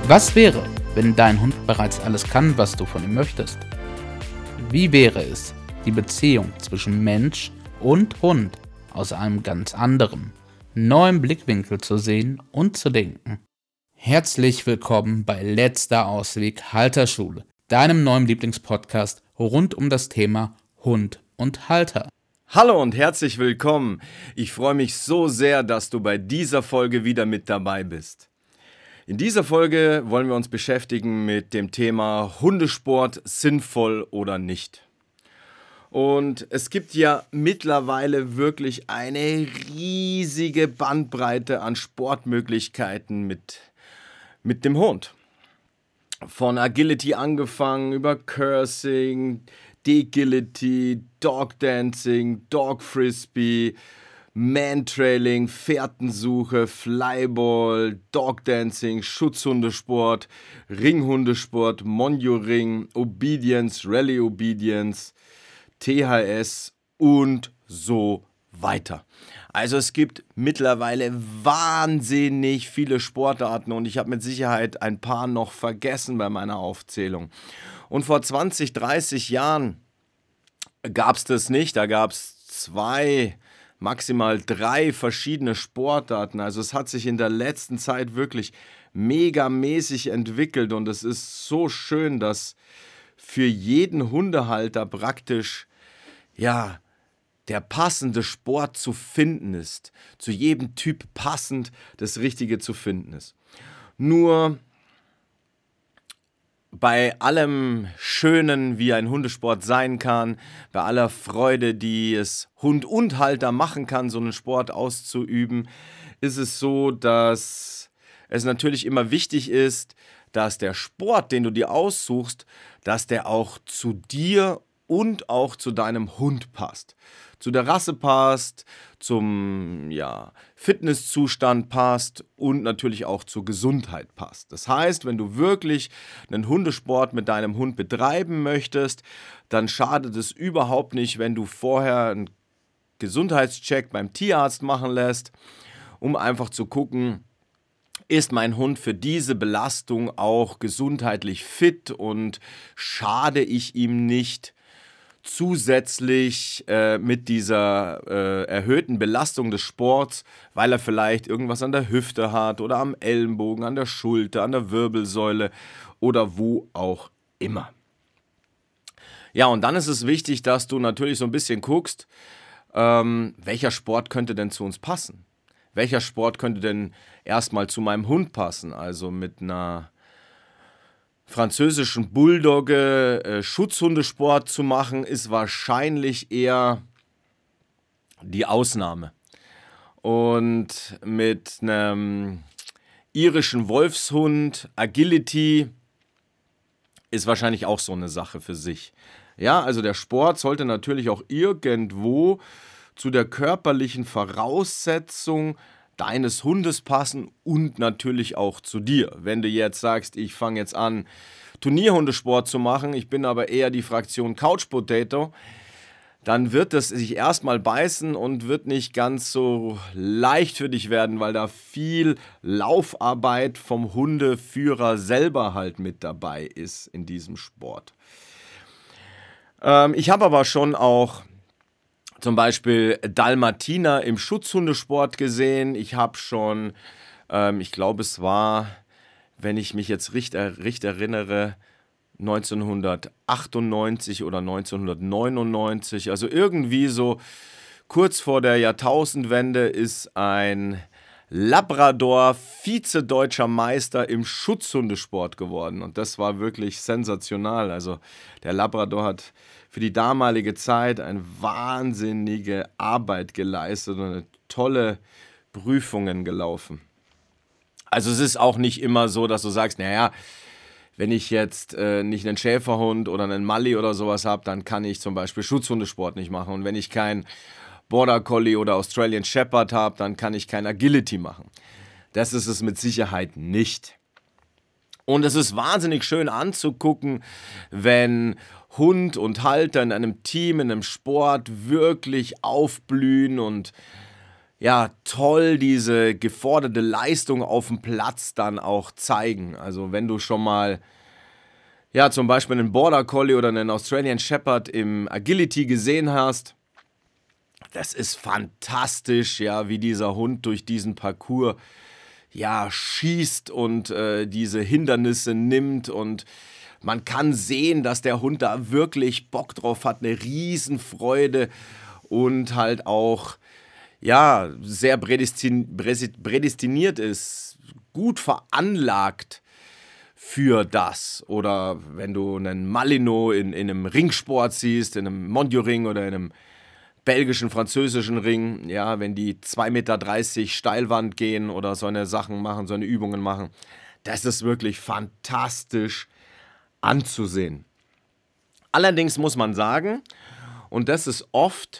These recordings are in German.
Was wäre, wenn dein Hund bereits alles kann, was du von ihm möchtest? Wie wäre es, die Beziehung zwischen Mensch und Hund aus einem ganz anderen, neuen Blickwinkel zu sehen und zu denken? Herzlich willkommen bei Letzter Ausweg Halterschule, deinem neuen Lieblingspodcast rund um das Thema Hund und Halter. Hallo und herzlich willkommen. Ich freue mich so sehr, dass du bei dieser Folge wieder mit dabei bist. In dieser Folge wollen wir uns beschäftigen mit dem Thema Hundesport, sinnvoll oder nicht. Und es gibt ja mittlerweile wirklich eine riesige Bandbreite an Sportmöglichkeiten mit dem Hund. Von Agility angefangen über Cursing, Degility, Dog Dancing, Dog Frisbee, Mantrailing, Fährtensuche, Flyball, Dog Dancing, Schutzhundesport, Ringhundesport, Mondio-Ring, Obedience, Rally Obedience, THS und so weiter. Also es gibt mittlerweile wahnsinnig viele Sportarten und ich habe mit Sicherheit ein paar noch vergessen bei meiner Aufzählung. Und vor 20, 30 Jahren gab es das nicht, da gab es 2, maximal 3 verschiedene Sportarten. Also es hat sich in der letzten Zeit wirklich megamäßig entwickelt und es ist so schön, dass für jeden Hundehalter praktisch, der passende Sport zu finden ist. Zu jedem Typ passend das Richtige zu finden ist. Nur bei allem Schönen, wie ein Hundesport sein kann, bei aller Freude, die es Hund und Halter machen kann, so einen Sport auszuüben, ist es so, dass es natürlich immer wichtig ist, dass der Sport, den du dir aussuchst, dass der auch zu dir und auch zu deinem Hund passt. Zu der Rasse passt, zum Fitnesszustand passt und natürlich auch zur Gesundheit passt. Das heißt, wenn du wirklich einen Hundesport mit deinem Hund betreiben möchtest, dann schadet es überhaupt nicht, wenn du vorher einen Gesundheitscheck beim Tierarzt machen lässt, um einfach zu gucken, ist mein Hund für diese Belastung auch gesundheitlich fit und schade ich ihm nicht zusätzlich mit dieser erhöhten Belastung des Sports, weil er vielleicht irgendwas an der Hüfte hat oder am Ellenbogen, an der Schulter, an der Wirbelsäule oder wo auch immer. Ja, und dann ist es wichtig, dass du natürlich so ein bisschen guckst, welcher Sport könnte denn zu uns passen? Welcher Sport könnte denn erstmal zu meinem Hund passen? Also mit einer französischen Bulldogge Schutzhundesport zu machen, ist wahrscheinlich eher die Ausnahme. Und mit einem irischen Wolfshund Agility ist wahrscheinlich auch so eine Sache für sich. Ja, also der Sport sollte natürlich auch irgendwo zu der körperlichen Voraussetzung deines Hundes passen und natürlich auch zu dir. Wenn du jetzt sagst, ich fange jetzt an, Turnierhundesport zu machen, ich bin aber eher die Fraktion Couch Potato, dann wird es sich erstmal beißen und wird nicht ganz so leicht für dich werden, weil da viel Laufarbeit vom Hundeführer selber halt mit dabei ist in diesem Sport. Ich habe aber schon auch zum Beispiel Dalmatiner im Schutzhundesport gesehen. Ich habe schon, ich glaube es war, wenn ich mich jetzt richtig erinnere, 1998 oder 1999, also irgendwie so kurz vor der Jahrtausendwende ist ein Labrador Vize-Deutscher Meister im Schutzhundesport geworden und das war wirklich sensational. Also der Labrador hat für die damalige Zeit eine wahnsinnige Arbeit geleistet und eine tolle Prüfungen gelaufen. Also es ist auch nicht immer so, dass du sagst, wenn ich jetzt nicht einen Schäferhund oder einen Malli oder sowas habe, dann kann ich zum Beispiel Schutzhundesport nicht machen. Und wenn ich keinen Border Collie oder Australian Shepherd habe, dann kann ich kein Agility machen. Das ist es mit Sicherheit nicht. Und es ist wahnsinnig schön anzugucken, wenn Hund und Halter in einem Team, in einem Sport wirklich aufblühen und ja, toll diese geforderte Leistung auf dem Platz dann auch zeigen. Also wenn du schon mal, ja, zum Beispiel einen Border Collie oder einen Australian Shepherd im Agility gesehen hast, das ist fantastisch, ja, wie dieser Hund durch diesen Parcours, ja, schießt und diese Hindernisse nimmt und man kann sehen, dass der Hund da wirklich Bock drauf hat, eine Riesenfreude und halt auch, ja, sehr prädestiniert ist, gut veranlagt für das. Oder wenn du einen Malinois in einem Ringsport siehst, in einem Mondioring oder in einem belgischen, französischen Ring, ja, wenn die 2,30 Meter Steilwand gehen oder so eine Sachen machen, so eine Übungen machen, das ist wirklich fantastisch anzusehen. Allerdings muss man sagen, und das ist oft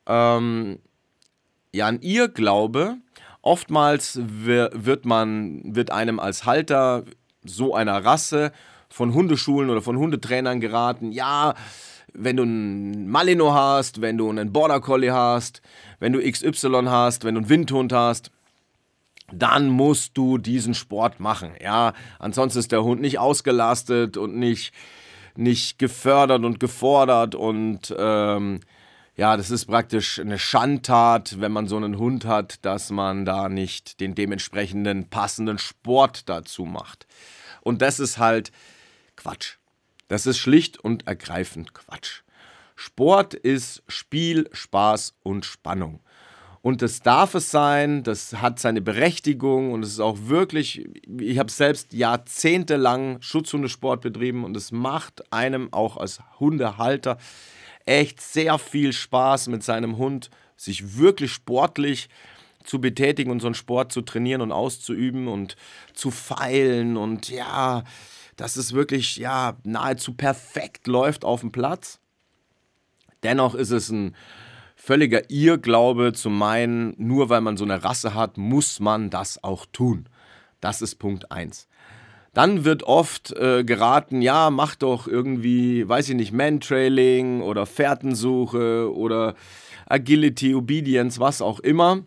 ja ein Irrglaube, oftmals wird einem als Halter so einer Rasse von Hundeschulen oder von Hundetrainern geraten, ja, wenn du einen Malinois hast, wenn du einen Border Collie hast, wenn du XY hast, wenn du einen Windhund hast, dann musst du diesen Sport machen. Ja, ansonsten ist der Hund nicht ausgelastet und nicht gefördert und gefordert und ja, das ist praktisch eine Schandtat, wenn man so einen Hund hat, dass man da nicht den dementsprechenden passenden Sport dazu macht. Und das ist halt Quatsch. Das ist schlicht und ergreifend Quatsch. Sport ist Spiel, Spaß und Spannung. Und das darf es sein, das hat seine Berechtigung und es ist auch wirklich, ich habe selbst jahrzehntelang Schutzhundesport betrieben und es macht einem auch als Hundehalter echt sehr viel Spaß mit seinem Hund, sich wirklich sportlich zu betätigen und so einen Sport zu trainieren und auszuüben und zu feilen und ja, dass es wirklich ja, nahezu perfekt läuft auf dem Platz. Dennoch ist es ein völliger Irrglaube zu meinen, nur weil man so eine Rasse hat, muss man das auch tun. Das ist Punkt 1. Dann wird oft geraten, ja, mach doch irgendwie, weiß ich nicht, Mantrailing oder Fährtensuche oder Agility, Obedience, was auch immer,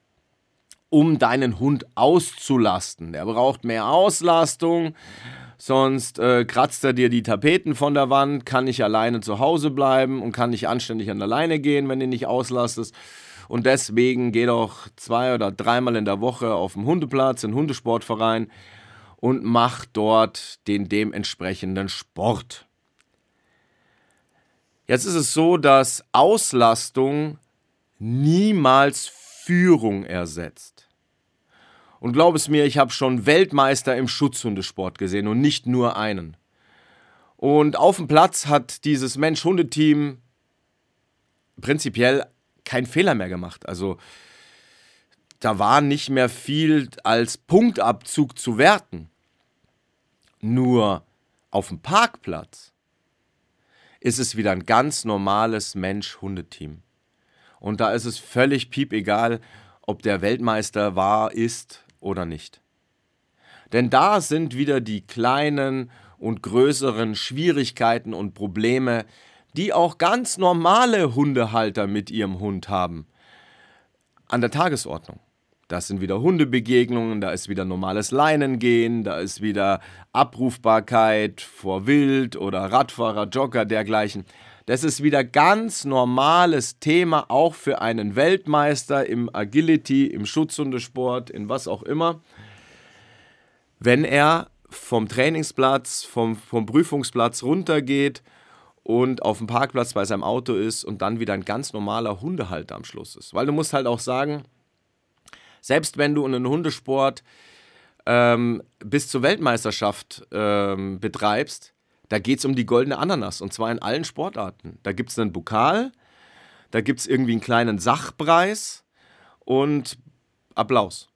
um deinen Hund auszulasten. Der braucht mehr Auslastung, sonst kratzt er dir die Tapeten von der Wand, kann nicht alleine zu Hause bleiben und kann nicht anständig an der Leine gehen, wenn du ihn nicht auslastest. Und deswegen geh doch 2 oder 3-mal in der Woche auf den Hundeplatz, in den Hundesportverein und mach dort den dementsprechenden Sport. Jetzt ist es so, dass Auslastung niemals Führung ersetzt. Und glaub es mir, ich habe schon Weltmeister im Schutzhundesport gesehen und nicht nur einen. Und auf dem Platz hat dieses Mensch-Hunde-Team prinzipiell keinen Fehler mehr gemacht. Also da war nicht mehr viel als Punktabzug zu werten. Nur auf dem Parkplatz ist es wieder ein ganz normales Mensch-Hunde-Team. Und da ist es völlig piepegal, ob der Weltmeister war, ist oder nicht. Denn da sind wieder die kleinen und größeren Schwierigkeiten und Probleme, die auch ganz normale Hundehalter mit ihrem Hund haben, an der Tagesordnung. Das sind wieder Hundebegegnungen, da ist wieder normales Leinengehen, da ist wieder Abrufbarkeit vor Wild oder Radfahrer, Jogger, dergleichen. Das ist wieder ganz normales Thema, auch für einen Weltmeister im Agility, im Schutzhundesport, in was auch immer. Wenn er vom Trainingsplatz, vom Prüfungsplatz runtergeht und auf dem Parkplatz bei seinem Auto ist und dann wieder ein ganz normaler Hundehalter am Schluss ist. Weil du musst halt auch sagen, selbst wenn du einen Hundesport bis zur Weltmeisterschaft betreibst, da geht es um die goldene Ananas und zwar in allen Sportarten. Da gibt es einen Pokal, da gibt es irgendwie einen kleinen Sachpreis und Applaus.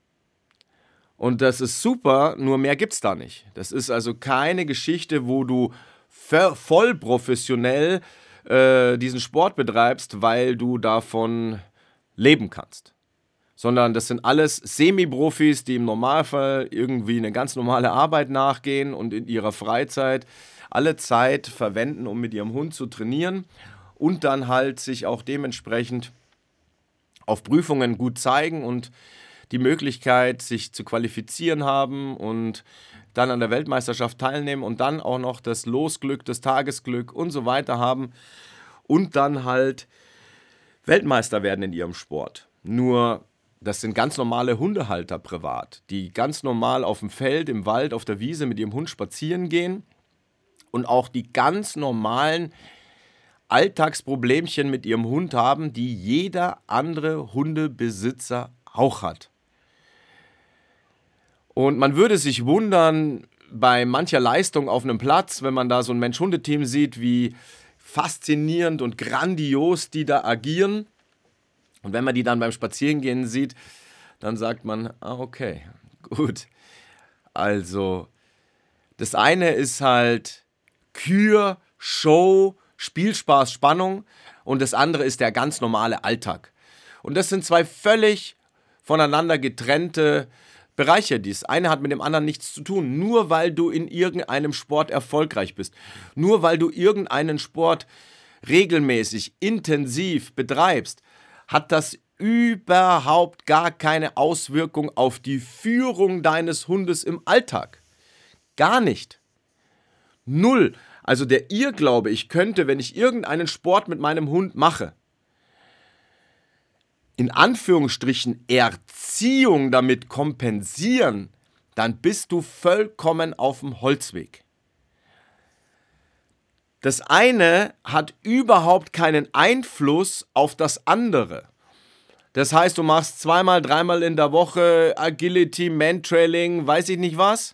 Und das ist super, nur mehr gibt es da nicht. Das ist also keine Geschichte, wo du voll professionell diesen Sport betreibst, weil du davon leben kannst. Sondern das sind alles Semi-Profis, die im Normalfall irgendwie eine ganz normale Arbeit nachgehen und in ihrer Freizeit alle Zeit verwenden, um mit ihrem Hund zu trainieren und dann halt sich auch dementsprechend auf Prüfungen gut zeigen und die Möglichkeit, sich zu qualifizieren haben und dann an der Weltmeisterschaft teilnehmen und dann auch noch das Losglück, das Tagesglück und so weiter haben und dann halt Weltmeister werden in ihrem Sport. Nur, das sind ganz normale Hundehalter privat, die ganz normal auf dem Feld, im Wald, auf der Wiese mit ihrem Hund spazieren gehen und auch die ganz normalen Alltagsproblemchen mit ihrem Hund haben, die jeder andere Hundebesitzer auch hat. Und man würde sich wundern bei mancher Leistung auf einem Platz, wenn man da so ein Mensch-Hunde-Team sieht, wie faszinierend und grandios die da agieren. Und wenn man die dann beim Spazierengehen sieht, dann sagt man, okay, gut. Also, das eine ist halt Kür, Show, Spielspaß, Spannung und das andere ist der ganz normale Alltag. Und das sind zwei völlig voneinander getrennte Bereiche. Das eine hat mit dem anderen nichts zu tun. Nur weil du in irgendeinem Sport erfolgreich bist, nur weil du irgendeinen Sport regelmäßig, intensiv betreibst, hat das überhaupt gar keine Auswirkung auf die Führung deines Hundes im Alltag. Gar nicht. Null. Also der Irrglaube, ich könnte, wenn ich irgendeinen Sport mit meinem Hund mache, in Anführungsstrichen Erziehung damit kompensieren, dann bist du vollkommen auf dem Holzweg. Das eine hat überhaupt keinen Einfluss auf das andere. Das heißt, du machst 2-mal, 3-mal in der Woche Agility, Mantrailing, weiß ich nicht was.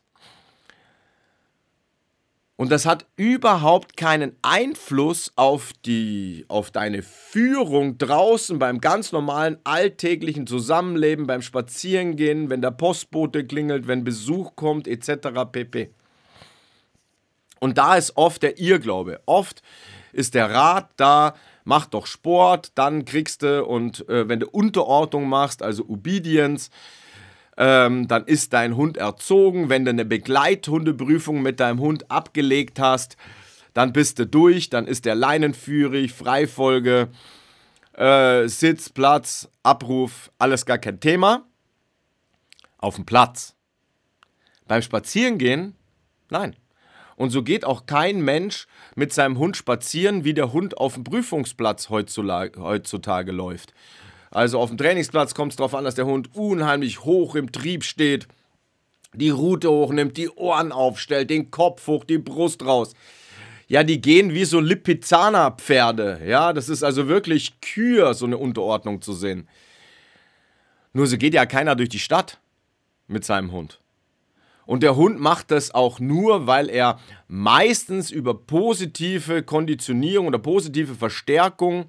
Und das hat überhaupt keinen Einfluss auf deine Führung draußen beim ganz normalen alltäglichen Zusammenleben, beim Spazierengehen, wenn der Postbote klingelt, wenn Besuch kommt, etc. pp. Und da ist oft der Irrglaube. Oft ist der Rat da, mach doch Sport, dann kriegst du, und wenn du Unterordnung machst, also Obedience, dann ist dein Hund erzogen. Wenn du eine Begleithundeprüfung mit deinem Hund abgelegt hast, dann bist du durch, dann ist der leinenführig, Freifolge, Sitz, Platz, Abruf, alles gar kein Thema. Auf dem Platz. Beim Spazierengehen, nein. Und so geht auch kein Mensch mit seinem Hund spazieren, wie der Hund auf dem Prüfungsplatz heutzutage läuft. Also auf dem Trainingsplatz kommt es darauf an, dass der Hund unheimlich hoch im Trieb steht, die Rute hochnimmt, die Ohren aufstellt, den Kopf hoch, die Brust raus. Ja, die gehen wie so Lipizzaner-Pferde. Ja, das ist also wirklich Kür, so eine Unterordnung zu sehen. Nur so geht ja keiner durch die Stadt mit seinem Hund. Und der Hund macht das auch nur, weil er meistens über positive Konditionierung oder positive Verstärkung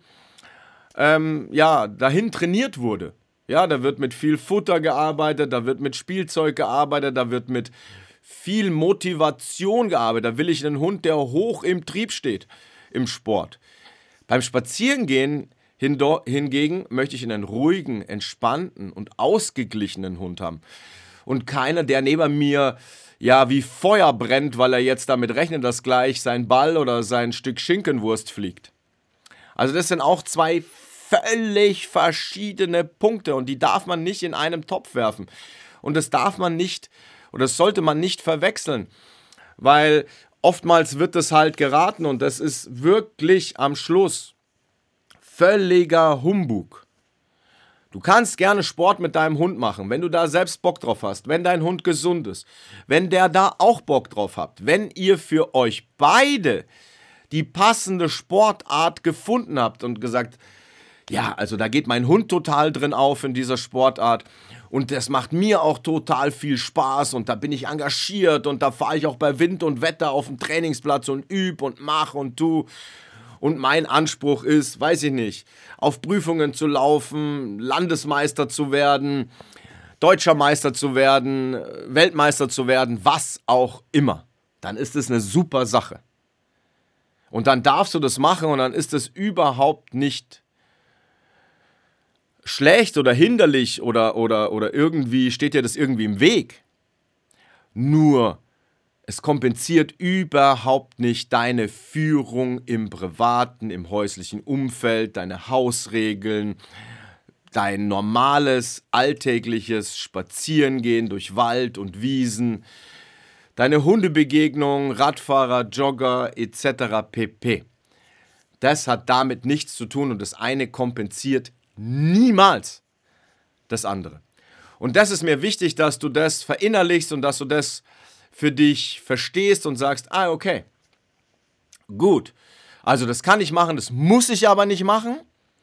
dahin trainiert wurde. Ja, da wird mit viel Futter gearbeitet, da wird mit Spielzeug gearbeitet, da wird mit viel Motivation gearbeitet. Da will ich einen Hund, der hoch im Trieb steht im Sport. Beim Spazierengehen hingegen möchte ich einen ruhigen, entspannten und ausgeglichenen Hund haben. Und keiner, der neben mir wie Feuer brennt, weil er jetzt damit rechnet, dass gleich sein Ball oder sein Stück Schinkenwurst fliegt. Also das sind auch zwei völlig verschiedene Punkte und die darf man nicht in einem Topf werfen. Und das darf man nicht oder das sollte man nicht verwechseln, weil oftmals wird das halt geraten und das ist wirklich am Schluss völliger Humbug. Du kannst gerne Sport mit deinem Hund machen, wenn du da selbst Bock drauf hast, wenn dein Hund gesund ist, wenn der da auch Bock drauf habt, wenn ihr für euch beide die passende Sportart gefunden habt und gesagt, ja, also da geht mein Hund total drin auf in dieser Sportart und das macht mir auch total viel Spaß und da bin ich engagiert und da fahre ich auch bei Wind und Wetter auf dem Trainingsplatz und üb und mach und tu. Und mein Anspruch ist, weiß ich nicht, auf Prüfungen zu laufen, Landesmeister zu werden, deutscher Meister zu werden, Weltmeister zu werden, was auch immer. Dann ist es eine super Sache. Und dann darfst du das machen und dann ist es überhaupt nicht schlecht oder hinderlich oder irgendwie steht dir das irgendwie im Weg. Nur, es kompensiert überhaupt nicht deine Führung im privaten, im häuslichen Umfeld, deine Hausregeln, dein normales, alltägliches Spazierengehen durch Wald und Wiesen, deine Hundebegegnung, Radfahrer, Jogger etc. pp. Das hat damit nichts zu tun und das eine kompensiert niemals das andere. Und das ist mir wichtig, dass du das verinnerlichst und dass du das für dich verstehst und sagst, okay, gut, also das kann ich machen, das muss ich aber nicht machen.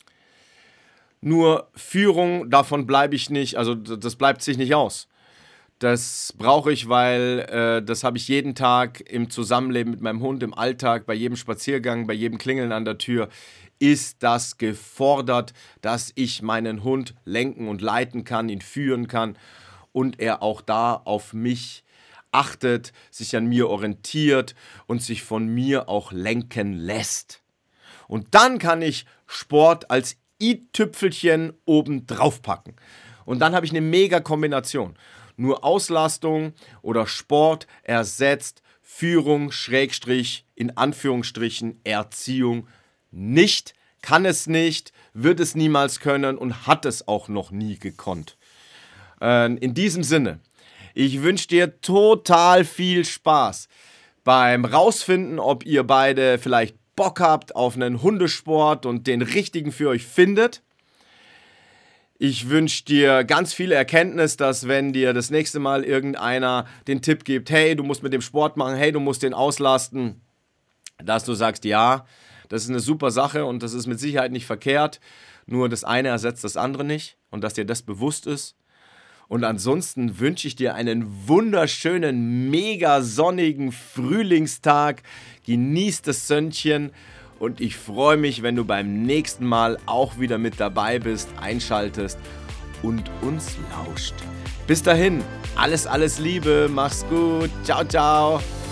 Nur Führung, davon bleibe ich nicht, also das bleibt sich nicht aus. Das brauche ich, weil das habe ich jeden Tag im Zusammenleben mit meinem Hund, im Alltag, bei jedem Spaziergang, bei jedem Klingeln an der Tür, ist das gefordert, dass ich meinen Hund lenken und leiten kann, ihn führen kann und er auch da auf mich achtet, sich an mir orientiert und sich von mir auch lenken lässt. Und dann kann ich Sport als i-Tüpfelchen oben drauf packen. Und dann habe ich eine mega Kombination. Nur Auslastung oder Sport ersetzt Führung, Schrägstrich, in Anführungsstrichen, Erziehung nicht, kann es nicht, wird es niemals können und hat es auch noch nie gekonnt. In diesem Sinne, ich wünsche dir total viel Spaß beim Rausfinden, ob ihr beide vielleicht Bock habt auf einen Hundesport und den richtigen für euch findet. Ich wünsche dir ganz viel Erkenntnis, dass wenn dir das nächste Mal irgendeiner den Tipp gibt, hey, du musst mit dem Sport machen, hey, du musst den auslasten, dass du sagst, ja, das ist eine super Sache und das ist mit Sicherheit nicht verkehrt, nur das eine ersetzt das andere nicht und dass dir das bewusst ist. Und ansonsten wünsche ich dir einen wunderschönen, mega sonnigen Frühlingstag. Genieß das Sönnchen und ich freue mich, wenn du beim nächsten Mal auch wieder mit dabei bist, einschaltest und uns lauscht. Bis dahin, alles Liebe, mach's gut, ciao, ciao.